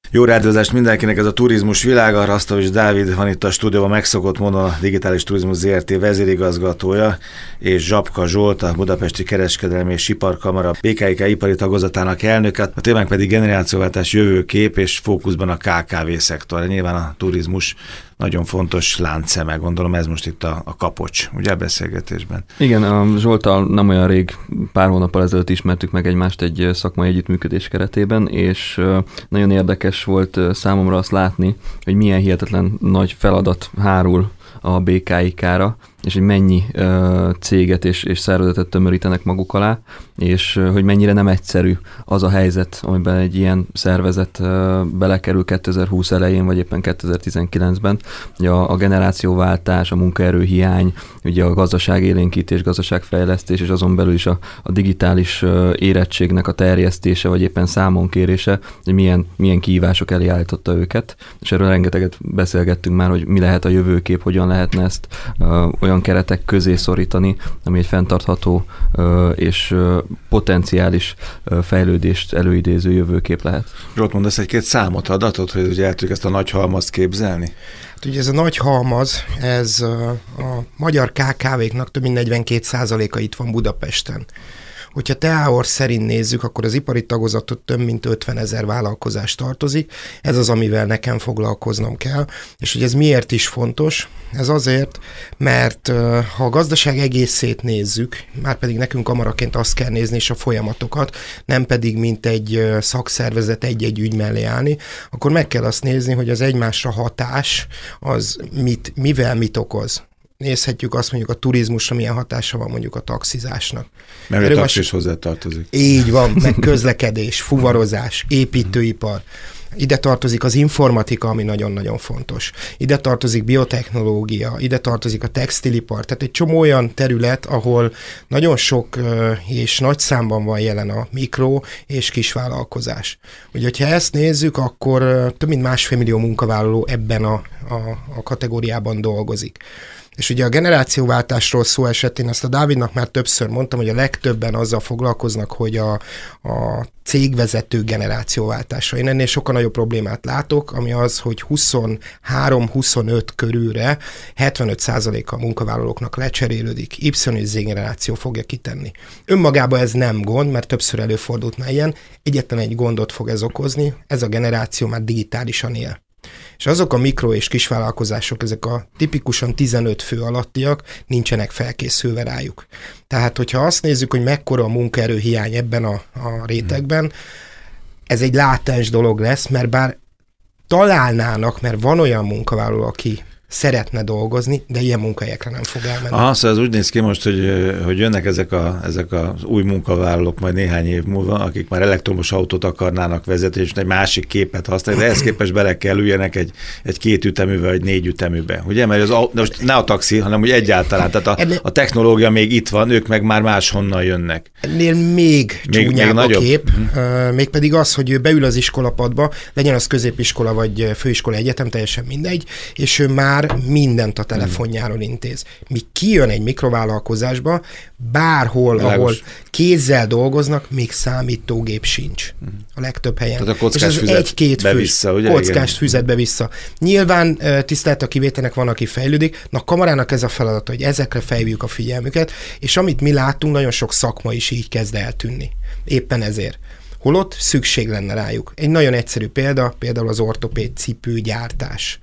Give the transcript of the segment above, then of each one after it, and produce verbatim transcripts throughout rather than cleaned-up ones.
Jó rádiózást mindenkinek, ez a turizmus világa. Rasztavics Dávid van itt a stúdióban, megszokott módon a Digitális Turizmus zé er té vezérigazgatója, és Zsapka Zsolt, a Budapesti Kereskedelmi és Iparkamara bé ká i ká ipari tagozatának elnöke. A témánk pedig generációváltás, jövőkép és fókuszban a ká ká vé szektor. Nyilván a turizmus nagyon fontos láncszeme, gondolom ez most itt a, a kapocs, ugye a beszélgetésben. Igen, a Zsolttal nem olyan rég, pár hónappal ezelőtt ismertük meg egymást egy szakmai együttműködés keretében, és nagyon érdekes volt számomra azt látni, hogy milyen hihetetlen nagy feladat hárul a bé ká i ká-ra, és hogy mennyi uh, céget és, és szervezetet tömörítenek maguk alá, és uh, hogy mennyire nem egyszerű az a helyzet, amiben egy ilyen szervezet uh, belekerül kétezer-húsz elején, vagy éppen kétezer-tizenkilencben. Ugye a, a generációváltás, a munkaerőhiány, ugye a gazdaságélénkítés, gazdaságfejlesztés, és azon belül is a, a digitális uh, érettségnek a terjesztése, vagy éppen számonkérése, hogy milyen, milyen kihívások elé állította őket. És erről rengeteget beszélgettünk már, hogy mi lehet a jövőkép, hogyan lehetne ezt uh, olyan keretek közé szorítani, ami egy fenntartható uh, és uh, potenciális uh, fejlődést előidéző jövőkép lehet. Zsolt, mondasz egy-két számot, adatot, hogy ugye el tudjuk ezt a nagy halmazt képzelni? Hát ugye ez a nagy halmaz, ez uh, a magyar ká ká véknak több mint negyvenkét százaléka itt van Budapesten. Hogyha té á o er szerint nézzük, akkor az ipari tagozatot több mint ötvenezer vállalkozás tartozik. Ez az, amivel nekem foglalkoznom kell. És hogy ez miért is fontos? Ez azért, mert ha a gazdaság egészét nézzük, már pedig nekünk kamaraként azt kell nézni és a folyamatokat, nem pedig mint egy szakszervezet egy-egy ügy mellé állni, akkor meg kell azt nézni, hogy az egymásra hatás az mit, mivel mit okoz. Nézhetjük azt mondjuk a turizmusra, milyen hatása van mondjuk a taxizásnak. Mert Erről a taxis is hozzá tartozik. Így van, meg közlekedés, fuvarozás, építőipar. Ide tartozik az informatika, ami nagyon-nagyon fontos. Ide tartozik biotechnológia, ide tartozik a textilipar, tehát egy csomó olyan terület, ahol nagyon sok és nagy számban van jelen a mikro és kisvállalkozás. Ugye, ha ezt nézzük, akkor több mint másfél millió munkavállaló ebben a, a, a kategóriában dolgozik. És ugye a generációváltásról szó esetén ezt a Dávidnak már többször mondtam, hogy a legtöbben azzal foglalkoznak, hogy a, a cégvezető generációváltása. Én ennél sokkal nagyobb problémát látok, ami az, hogy huszonhárom-huszonöt körülre hetvenöt százaléka a munkavállalóknak lecserélődik, Y és Z generáció fogja kitenni. Önmagában ez nem gond, mert többször előfordult már ilyen, egyetlen egy gondot fog ez okozni, ez a generáció már digitálisan él. És azok a mikro- és kisvállalkozások, ezek a tipikusan tizenöt fő alattiak, nincsenek felkészülve rájuk. Tehát, hogyha azt nézzük, hogy mekkora a munkaerőhiány ebben a, a rétegben, ez egy látens dolog lesz, mert bár találnának, mert van olyan munkavállaló, aki szeretne dolgozni, de ilyen munkahelyekre nem fog elmenni. Aha, szóval ez úgy néz ki most, hogy, hogy jönnek ezek, a, ezek az új munkavállalók majd néhány év múlva, akik már elektromos autót akarnának vezetni, és egy másik képet használni, de ehhez képest bele kell üljenek egy, egy két üteműbe, vagy négy üteműbe. Ugye? Mert az, most ne a taxi, hanem úgy egyáltalán. Tehát a, a technológia még itt van, ők meg már máshonnan jönnek. Ennél még csúnyább még a kép, uh, mégpedig az, hogy ő beül az iskolapadba, legyen az középiskola, vagy főiskola, egyetem, teljesen mindegy, és ő már mindent a telefonjáról intéz. Míg kijön egy mikrovállalkozásba, bárhol, Világos. ahol kézzel dolgoznak, még számítógép sincs. A legtöbb helyen. Tehát a kockás füzet egy-két be-vissza, ugye? Kockás füzet be-vissza. Nyilván tisztelt a kivételnek van, aki fejlődik, na a kamarának ez a feladata, hogy ezekre felhívjuk a figyelmüket, és amit mi látunk, nagyon sok szakma is így kezd eltűnni. Éppen ezért. Holott szükség lenne rájuk. Egy nagyon egyszerű példa, például az ortopéd cipőgyártás.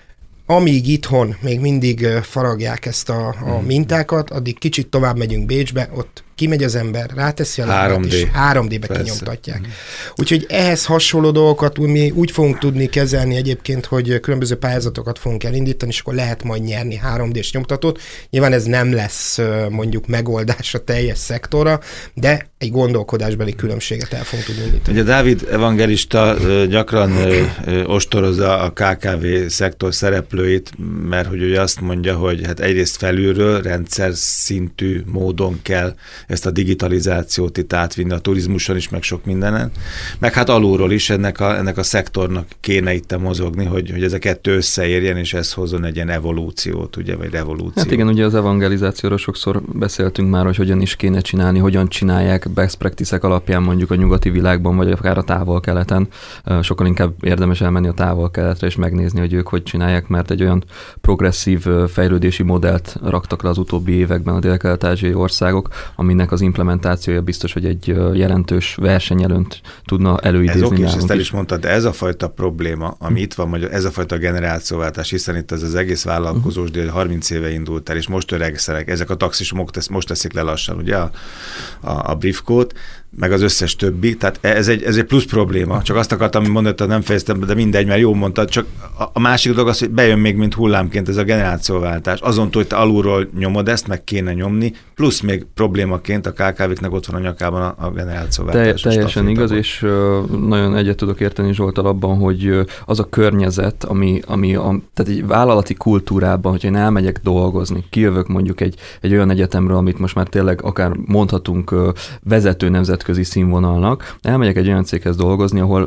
Amíg itthon még mindig faragják ezt a, a mintákat, addig kicsit tovább megyünk Bécsbe, ott kimegy az ember, ráteszi a lábát, és három dé-be kinyomtatják. Úgyhogy ehhez hasonló dolgokat mi úgy fogunk tudni kezelni egyébként, hogy különböző pályázatokat fogunk elindítani, és akkor lehet majd nyerni három dés nyomtatót. Nyilván ez nem lesz mondjuk megoldás a teljes szektorra, de egy gondolkodásbeli különbséget el fogunk tudni indítani. Ugye Dávid evangelista gyakran ostorozza a ká ká vé szektor szereplőit, mert hogy ő azt mondja, hogy hát egyrészt felülről rendszer szintű módon kell ezt a digitalizációt itt átvinni a turizmuson is, meg sok mindenen. Meg hát alulról is ennek a, ennek a szektornak kéne itt mozogni, hogy, hogy ez a kettő összeérjen, és ez hozzon egy ilyen evolúciót, ugye, vagy revolúciót. Hát igen, ugye az evangelizációról sokszor beszéltünk már, hogy hogyan is kéne csinálni, hogyan csinálják best practice-ek alapján mondjuk a nyugati világban, vagy akár a távol-keleten. Sokkal inkább érdemes elmenni a távol-keletre és megnézni, hogy ők hogy csinálják, mert egy olyan progresszív fejlődési modellt raktak le az utóbbi években a dél-kelet-ázsiai országok, aminek az implementációja biztos, hogy egy jelentős versenyelőnyt tudna előidézni. Ez oké, és ezt el is mondtad, de ez a fajta probléma, ami itt van, ez a fajta generációváltás, hiszen itt ez az egész vállalkozós dél harminc éve indult el, és most öregszenek, ezek a taxisok most teszik le lassan, ugye a, a, a briefkót, meg az összes többi, tehát ez egy, ez egy plusz probléma. Csak azt akartam mondani, hogy nem fejeztem, de mindegy, mert jól mondtad, csak a, a másik dolog az, hogy bejön még, mint hullámként ez a generációváltás. Azon túl, hogy te alulról nyomod ezt, meg kéne nyomni, plusz még problémaként a ká ká vé-knek ott van a nyakában a, a generációváltás. Te, teljesen igaz, és uh, nagyon egyet tudok érteni Zsolttal abban, hogy uh, az a környezet, ami, ami a, tehát egy vállalati kultúrában, hogyha én elmegyek dolgozni, kijövök mondjuk egy, egy olyan egyetemről, amit most már tényleg akár mondhatunk uh, vezető nemzetközi színvonalnak, elmegyek egy olyan céghez dolgozni, ahol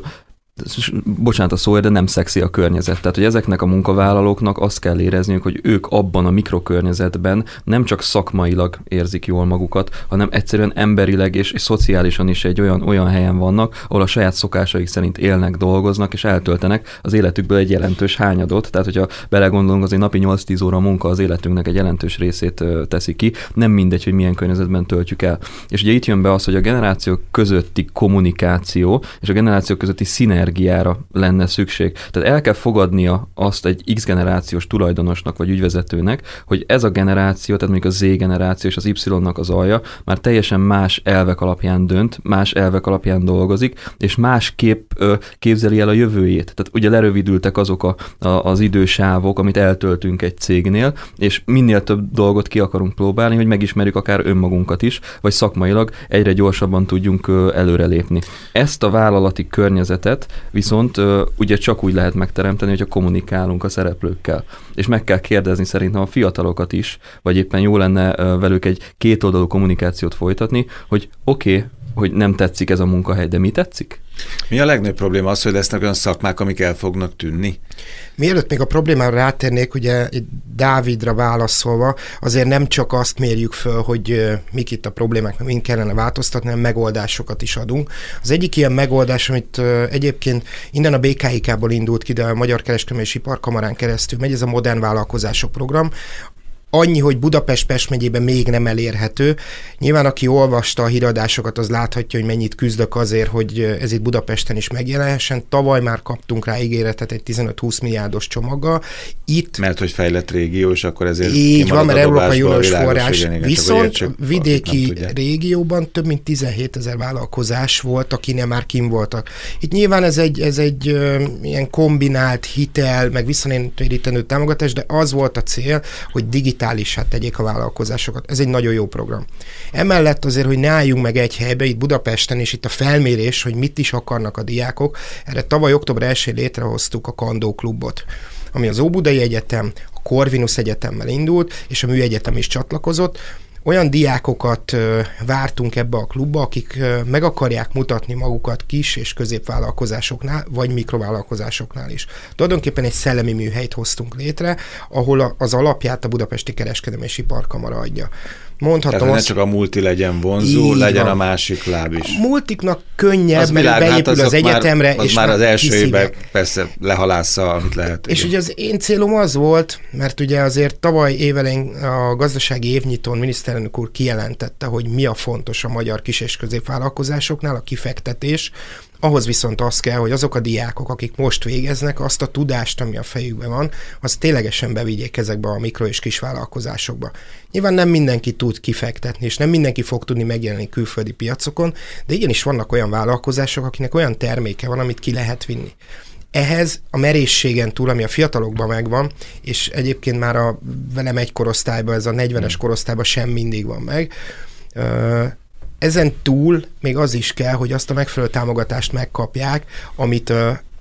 bocsánat a szóért, de nem szexi a környezet. Tehát, hogy ezeknek a munkavállalóknak azt kell érezniük, hogy ők abban a mikrokörnyezetben nem csak szakmailag érzik jól magukat, hanem egyszerűen emberileg és, és szociálisan is egy olyan, olyan helyen vannak, ahol a saját szokásaik szerint élnek, dolgoznak, és eltöltenek az életükből egy jelentős hányadot. Tehát, hogyha belegondolunk, azért napi nyolc-tíz óra munka az életünknek egy jelentős részét teszi ki. Nem mindegy, hogy milyen környezetben töltjük el. És ugye itt jön be az, hogy a generációk közötti kommunikáció és a generációk közötti színe energiára lenne szükség. Tehát el kell fogadnia azt egy X generációs tulajdonosnak vagy ügyvezetőnek, hogy ez a generáció, tehát mondjuk a Z generáció és az Y-nak az alja már teljesen más elvek alapján dönt, más elvek alapján dolgozik, és másképp ö, képzeli el a jövőjét. Tehát ugye lerövidültek azok a, a, az idősávok, amit eltöltünk egy cégnél, és minél több dolgot ki akarunk próbálni, hogy megismerjük akár önmagunkat is, vagy szakmailag egyre gyorsabban tudjunk ö, előrelépni. Ezt a vállalati környezetet viszont uh, ugye csak úgy lehet megteremteni, hogyha kommunikálunk a szereplőkkel. És meg kell kérdezni szerintem a fiatalokat is, vagy éppen jó lenne uh, velük egy kétoldalú kommunikációt folytatni, hogy oké, okay, hogy nem tetszik ez a munkahely, de mi tetszik? Mi a legnagyobb probléma az, hogy lesznek olyan szakmák, amik el fognak tűnni? Mielőtt még a problémára rátérnék, ugye Dávidra válaszolva, azért nem csak azt mérjük föl, hogy mik itt a problémák, mind kellene változtatni, hanem megoldásokat is adunk. Az egyik ilyen megoldás, amit egyébként innen a bé ká i ká-ból indult ki, de a Magyar Kereskedelmi és Iparkamarán keresztül megy, ez a Modern Vállalkozások program. Annyi, hogy Budapest-Pest megyében még nem elérhető. Nyilván, aki olvasta a híradásokat, az láthatja, hogy mennyit küzdök azért, hogy ez itt Budapesten is megjelenhessen. Tavaly már kaptunk rá ígéretet egy tizenöt-húsz milliárdos csomaggal. Itt... Mert hogy fejlett régió, és akkor ezért így van, mert Európai Uniós forrás. Igen, viszont csak vidéki régióban több mint tizenhétezer vállalkozás volt, akinél már kim voltak. Itt nyilván ez egy, ez egy ö, ilyen kombinált hitel, meg visszanérítenő támogatás, de az volt a cél, hogy digitális digitálisá tegyék a vállalkozásokat. Ez egy nagyon jó program. Emellett azért, hogy ne álljunk meg egy helybe, itt Budapesten, és itt a felmérés, hogy mit is akarnak a diákok, erre tavaly október elsején létrehoztuk a Kandó klubot, ami az Óbudai Egyetem, a Corvinus Egyetemmel indult, és a Műegyetem is csatlakozott. Olyan diákokat vártunk ebbe a klubba, akik meg akarják mutatni magukat kis és középvállalkozásoknál, vagy mikrovállalkozásoknál is. Tulajdonképpen egy szellemi műhelyt hoztunk létre, ahol az alapját a Budapesti Kereskedelmi és Iparkamara adja. Mondhatom Tehát azt, ne csak a multi legyen vonzó, legyen van. A másik láb is. A multiknak könnyebb, az mert világ, beépül hát az egyetemre, már, az és már az első évben kiszívják. persze lehalásza, amit lehet. És ugye az én célom az volt, mert ugye azért tavaly évelején a gazdasági évnyitón miniszterelnök úr kijelentette, hogy mi a fontos a magyar kis- és középvállalkozásoknál, a kifektetés. Ahhoz viszont az kell, hogy azok a diákok, akik most végeznek, azt a tudást, ami a fejükben van, azt ténylegesen bevigyék ezekbe a mikro- és kisvállalkozásokba. Nyilván nem mindenki tud kifektetni, és nem mindenki fog tudni megjelenni külföldi piacokon, de igenis vannak olyan vállalkozások, akinek olyan terméke van, amit ki lehet vinni. Ehhez a merészségen túl, ami a fiatalokban megvan, és egyébként már a velem egy korosztályban, ez a negyvenes korosztályban sem mindig van meg, ezen túl még az is kell, hogy azt a megfelelő támogatást megkapják, amit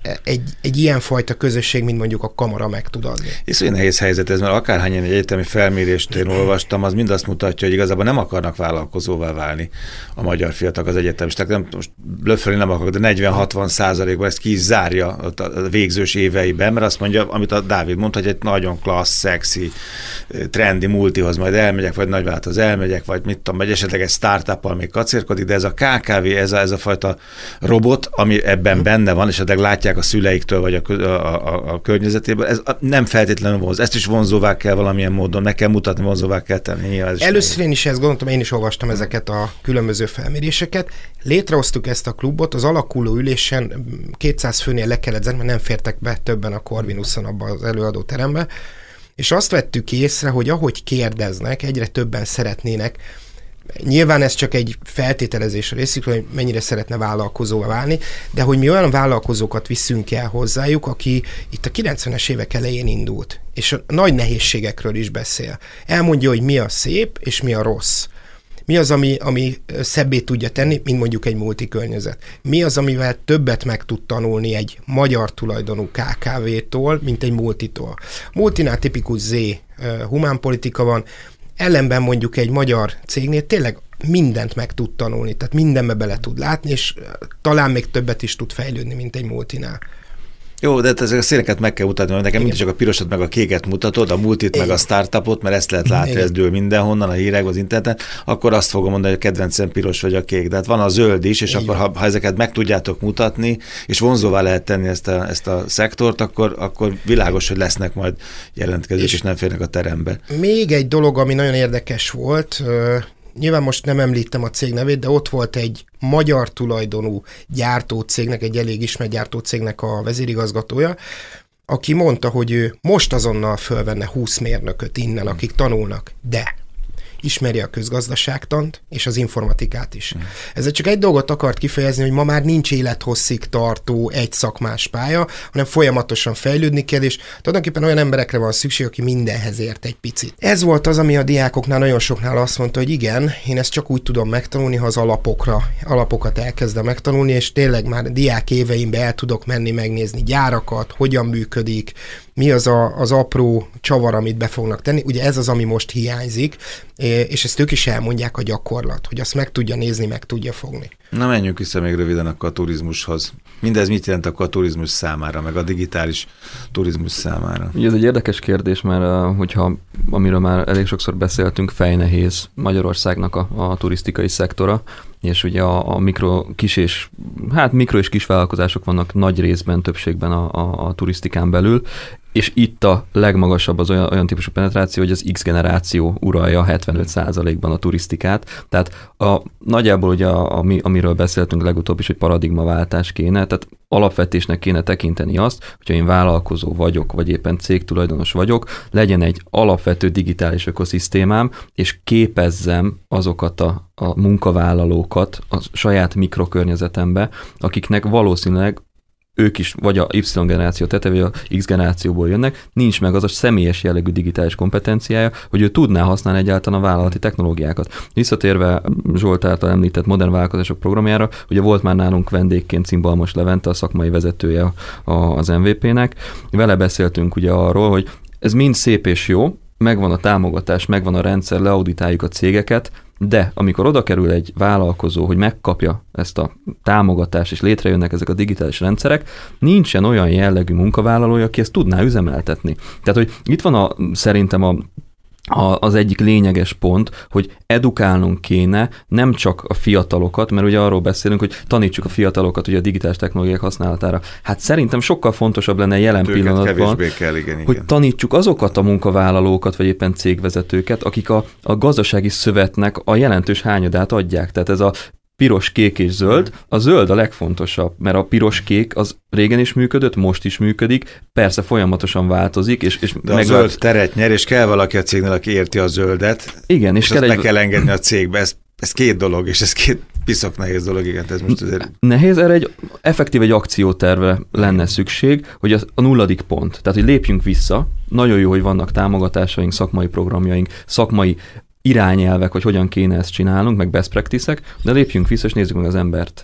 egy, egy ilyenfajta közösség, mint mondjuk a kamara meg tud adni. És olyan nehéz helyzet ez, mert akárhány egy egyetemi felmérést én olvastam, az mind azt mutatja, hogy igazából nem akarnak vállalkozóvá válni a magyar fiatalok, az egyetemisták. Nem, most blöffölni nem akarok, de negyven-hatvan százalékban ezt ki is zárja a végzős éveiben, mert azt mondja, amit a Dávid mondta, hogy egy nagyon klassz, szexi, trendi multihoz majd elmegyek, vagy nagyvállalathoz elmegyek, vagy mit tudom, vagy esetleg egy startuppal még kacérkodik, de ez a ká ká vé, ez a, ez a fajta robot, ami ebben benne van, és esetleg látják a szüleiktől, vagy a, a, a, a környezetéből, ez nem feltétlenül vonz. Ezt is vonzóvá kell valamilyen módon, meg kell mutatni, vonzóvá kell tenni. Először én is ezt gondoltam, én is olvastam ezeket a különböző felméréseket. Létrehoztuk ezt a klubot, az alakuló ülésen kétszáz főnél le kellett zárni, mert nem fértek be többen a Corvinuson abba az előadó terembe, és azt vettük észre, hogy ahogy kérdeznek, egyre többen szeretnének. Nyilván ez csak egy feltételezés a részükről, hogy mennyire szeretne vállalkozóvá válni, de hogy mi olyan vállalkozókat viszünk el hozzájuk, aki itt a kilencvenes évek elején indult, és a nagy nehézségekről is beszél. Elmondja, hogy mi a szép, és mi a rossz. Mi az, ami, ami szebbé tudja tenni, mint mondjuk egy multikörnyezet? Mi az, amivel többet meg tud tanulni egy magyar tulajdonú ká ká vé-tól, mint egy multitól? Multinál tipikus Z humánpolitika van, ellenben mondjuk egy magyar cégnél tényleg mindent meg tud tanulni, tehát mindenbe bele tud látni, és talán még többet is tud fejlődni, mint egy multinál. Jó, de ezek a színeket meg kell mutatni, mert nekem mindig csak a pirosat meg a kéket mutatod, a multit meg a startupot, mert ezt lehet látni, ez dől mindenhonnan, a hírekben, az interneten, akkor azt fogom mondani, hogy a kedvencem piros vagy a kék. De hát van a zöld is, és így akkor ha, ha ezeket meg tudjátok mutatni, és vonzóvá lehet tenni ezt a, ezt a szektort, akkor, akkor világos, hogy lesznek majd jelentkezők, és, és nem férnek a terembe. Még egy dolog, ami nagyon érdekes volt, nyilván most nem említem a cég nevét, de ott volt egy magyar tulajdonú gyártócégnek, egy elég ismert gyártócégnek a vezérigazgatója, aki mondta, hogy ő most azonnal fölvenne húsz mérnököt innen, akik tanulnak, de ismeri a közgazdaságtant és az informatikát is. Mm. Ez csak egy dolgot akart kifejezni, hogy ma már nincs élethosszig tartó egy szakmás pálya, hanem folyamatosan fejlődni kell, és tulajdonképpen olyan emberekre van szükség, aki mindenhez ért egy picit. Ez volt az, ami a diákoknál nagyon soknál azt mondta, hogy igen, én ezt csak úgy tudom megtanulni, ha az alapokra, alapokat elkezdem megtanulni, és tényleg már diák éveimbe el tudok menni megnézni gyárakat, hogyan működik, mi az a, az apró csavar, amit be fognak tenni. Ugye ez az, ami most hiányzik, és ezt ők is elmondják, a gyakorlat, hogy azt meg tudja nézni, meg tudja fogni. Na menjünk vissza még röviden akkor a turizmushoz. Mindez mit jelent akkor a turizmus számára, meg a digitális turizmus számára? Ugye ez egy érdekes kérdés, mert hogyha, amiről már elég sokszor beszéltünk, fejnehéz Magyarországnak a, a turisztikai szektora, és ugye a, a mikro, kis és, hát mikro és kis vállalkozások vannak nagy részben, többségben a, a, a turisztikán belül, és itt a legmagasabb az olyan, olyan típusú penetráció, hogy az X generáció uralja hetvenöt százalékban a turisztikát. Tehát a, nagyjából ugye a, a, amiről beszéltünk legutóbb is, hogy paradigmaváltás kéne, tehát alapvetésnek kéne tekinteni azt, hogyha én vállalkozó vagyok, vagy éppen cégtulajdonos vagyok, legyen egy alapvető digitális ökoszisztémám, és képezzem azokat a, a munkavállalókat a saját mikrokörnyezetembe, akiknek valószínűleg ők is vagy a Y-generáció tete, vagy a X-generációból jönnek, nincs meg az a személyes jellegű digitális kompetenciája, hogy ő tudná használni egyáltalán a vállalati technológiákat. Visszatérve Zsolt által említett modern vállalkozások programjára, ugye volt már nálunk vendégként Cimbalmos Levente, a szakmai vezetője az em vé pé-nek. Vele beszéltünk ugye arról, hogy ez mind szép és jó, megvan a támogatás, megvan a rendszer, leauditáljuk a cégeket, de amikor oda kerül egy vállalkozó, hogy megkapja ezt a támogatást, és létrejönnek ezek a digitális rendszerek, nincsen olyan jellegű munkavállalója, aki ezt tudná üzemeltetni. Tehát, hogy itt van a, szerintem a A, az egyik lényeges pont, hogy edukálnunk kéne nem csak a fiatalokat, mert ugye arról beszélünk, hogy tanítsuk a fiatalokat ugye a digitális technológiák használatára. Hát szerintem sokkal fontosabb lenne jelen Tőket pillanatban, kell, igen, igen. hogy tanítsuk azokat a munkavállalókat, vagy éppen cégvezetőket, akik a, a gazdasági szövetnek a jelentős hányadát adják. Tehát ez a piros, kék és zöld. A zöld a legfontosabb, mert a piros-kék az régen is működött, most is működik, persze folyamatosan változik, és, és de a megvált... zöld teret nyer, és kell valaki a cégnél, aki érti a zöldet, igen, és, és kell azt egy... meg kell engedni a cégbe. Ez, ez két dolog, és ez két piszok nehéz dolog, igen. Ez most azért... Nehéz, erre egy effektív egy akciótervre lenne szükség, hogy az a nulladik pont, tehát hogy lépjünk vissza, nagyon jó, hogy vannak támogatásaink, szakmai programjaink, szakmai irányelvek, hogy hogyan kéne ezt csinálnunk, meg best practice-ek, de lépjünk vissza, és nézzük meg az embert.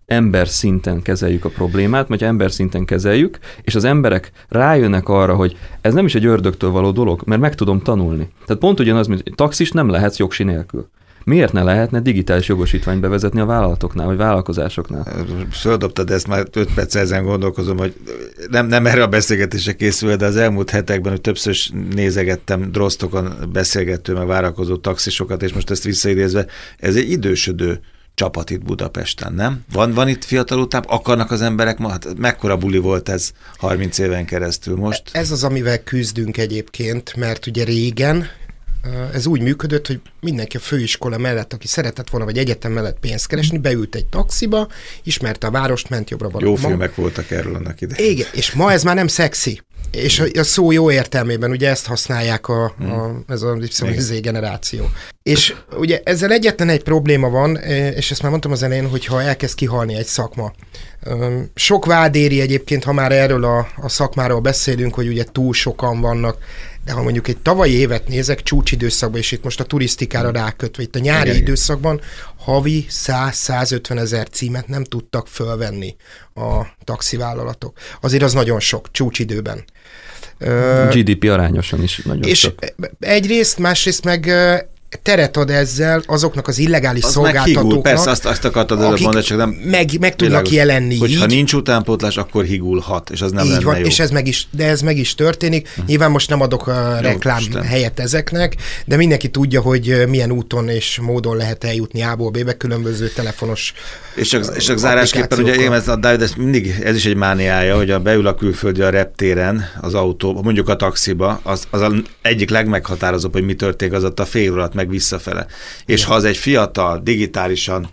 ember szinten kezeljük a problémát, vagy ember szinten kezeljük, és az emberek rájönnek arra, hogy ez nem is egy ördögtől való dolog, mert meg tudom tanulni. Tehát pont ugyanaz, mint taxis nem lehetsz jogsi nélkül. Miért ne lehetne digitális jogosítványt bevezetni a vállalatoknál, vagy vállalkozásoknál? Földobtad ezt, már öt perc ezen gondolkozom, hogy nem, nem erre a beszélgetésre készül, de az elmúlt hetekben, hogy többször is nézegettem Drosztokon beszélgető, meg várakozó taxisokat, és most ezt visszaidézve, ez egy idősödő csapat itt Budapesten, nem? Van, van itt fiatal után, akarnak az emberek, ma, hát mekkora buli volt ez harminc éven keresztül most? Ez az, amivel küzdünk egyébként, mert ugye régen ez úgy működött, hogy mindenki a főiskola mellett, aki szeretett volna, vagy egyetem mellett pénzt keresni, beült egy taxiba, ismerte a várost, ment jobbra-balra. Jó filmek voltak erről annak idején. Igen, és ma ez már nem szexi. És a szó jó értelmében, ugye ezt használják a, a, ez a Y Z generáció. És ugye ezzel egyetlen egy probléma van, és ezt már mondtam az elején, hogyha elkezd kihalni egy szakma. Sok vád éri egyébként, ha már erről a, a szakmáról beszélünk, hogy ugye túl sokan vannak, de ha mondjuk egy tavalyi évet nézek, csúcsidőszakban, és itt most a turisztikára rákötve, itt a nyári igen, időszakban havi száz-százötven ezer címet nem tudtak fölvenni a taxivállalatok. Azért az nagyon sok, csúcsidőben. gé dé pé arányosan is nagyon és sok. Egyrészt, másrészt meg teret ad ezzel azoknak az illegális az szolgáltatóknak. Persze, azt, azt akartad előbb mondani, csak nem... Meg, meg tudnak jelenni így. Hogyha nincs utánpótlás, akkor higulhat, és az nem így lenne van, jó. És ez meg is, de ez meg is történik. Hm. Nyilván most nem adok a reklám jó, helyet ezeknek, de mindenki tudja, hogy milyen úton és módon lehet eljutni A-ból B-be, különböző telefonos És csak, és csak zárásképpen, ugye én ez, a Dávid, ez mindig, ez is egy mániája, hogy a beül a külföldi a reptéren, az autó, mondjuk a taxiba, az, az a egyik legmeghatározóbb, hogy mi történik, az ott a fél óra meg visszafele. És ha az egy fiatal, digitálisan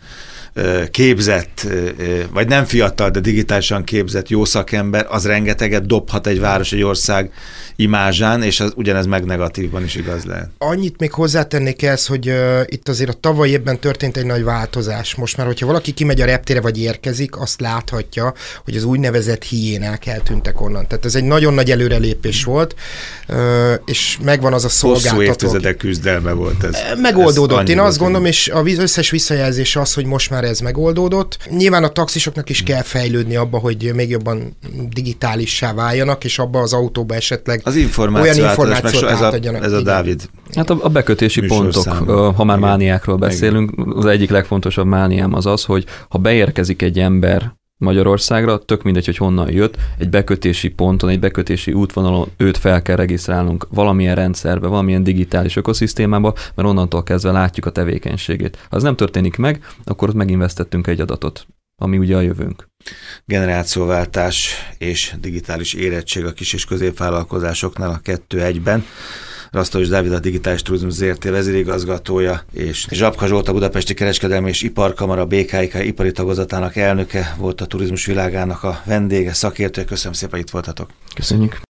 képzett, vagy nem fiatal, de digitálisan képzett jó szakember, az rengeteget dobhat egy város, egy ország imázsán, és az ugyanez meg negatívban is igaz lehet. Annyit még hozzátennék ezt, hogy uh, itt azért a tavalyi évben történt egy nagy változás. Most már, hogyha valaki kimegy a reptére, vagy érkezik, azt láthatja, hogy az úgynevezett hiénák eltűntek onnan. Tehát ez egy nagyon nagy előrelépés volt, uh, és megvan az a szolgáltató. Hosszú évtizedek küzdelme volt ez. Megoldódott. Ez Én azt gondolom, és az összes visszajelzés az, hogy most már ez megoldódott. Nyilván a taxisoknak is kell fejlődni abba, hogy még jobban digitálissá váljanak, és abba az autóba esetleg az információ olyan információt ez a, ez a Dávid. Hát a, a bekötési pontok, ha már mániákról beszélünk, az egyik legfontosabb mániám az az, hogy ha beérkezik egy ember Magyarországra, tök mindegy, hogy honnan jött, egy bekötési ponton, egy bekötési útvonalon őt fel kell regisztrálnunk valamilyen rendszerbe, valamilyen digitális ökoszisztémába, mert onnantól kezdve látjuk a tevékenységét. Ha ez nem történik meg, akkor ott megint vesztettünk egy adatot, ami ugye a jövőnk. Generációváltás és digitális érettség a kis és középvállalkozásoknál a kettő egyben. Rasztovics Dávid a Digitális Turizmus zé er té vezérigazgatója, és Zsapka Zsolt a Budapesti Kereskedelmi és Iparkamara bé ká i ká ipari tagozatának elnöke volt a turizmus világának a vendége, szakértője. Köszönöm szépen, itt voltatok. Köszönjük.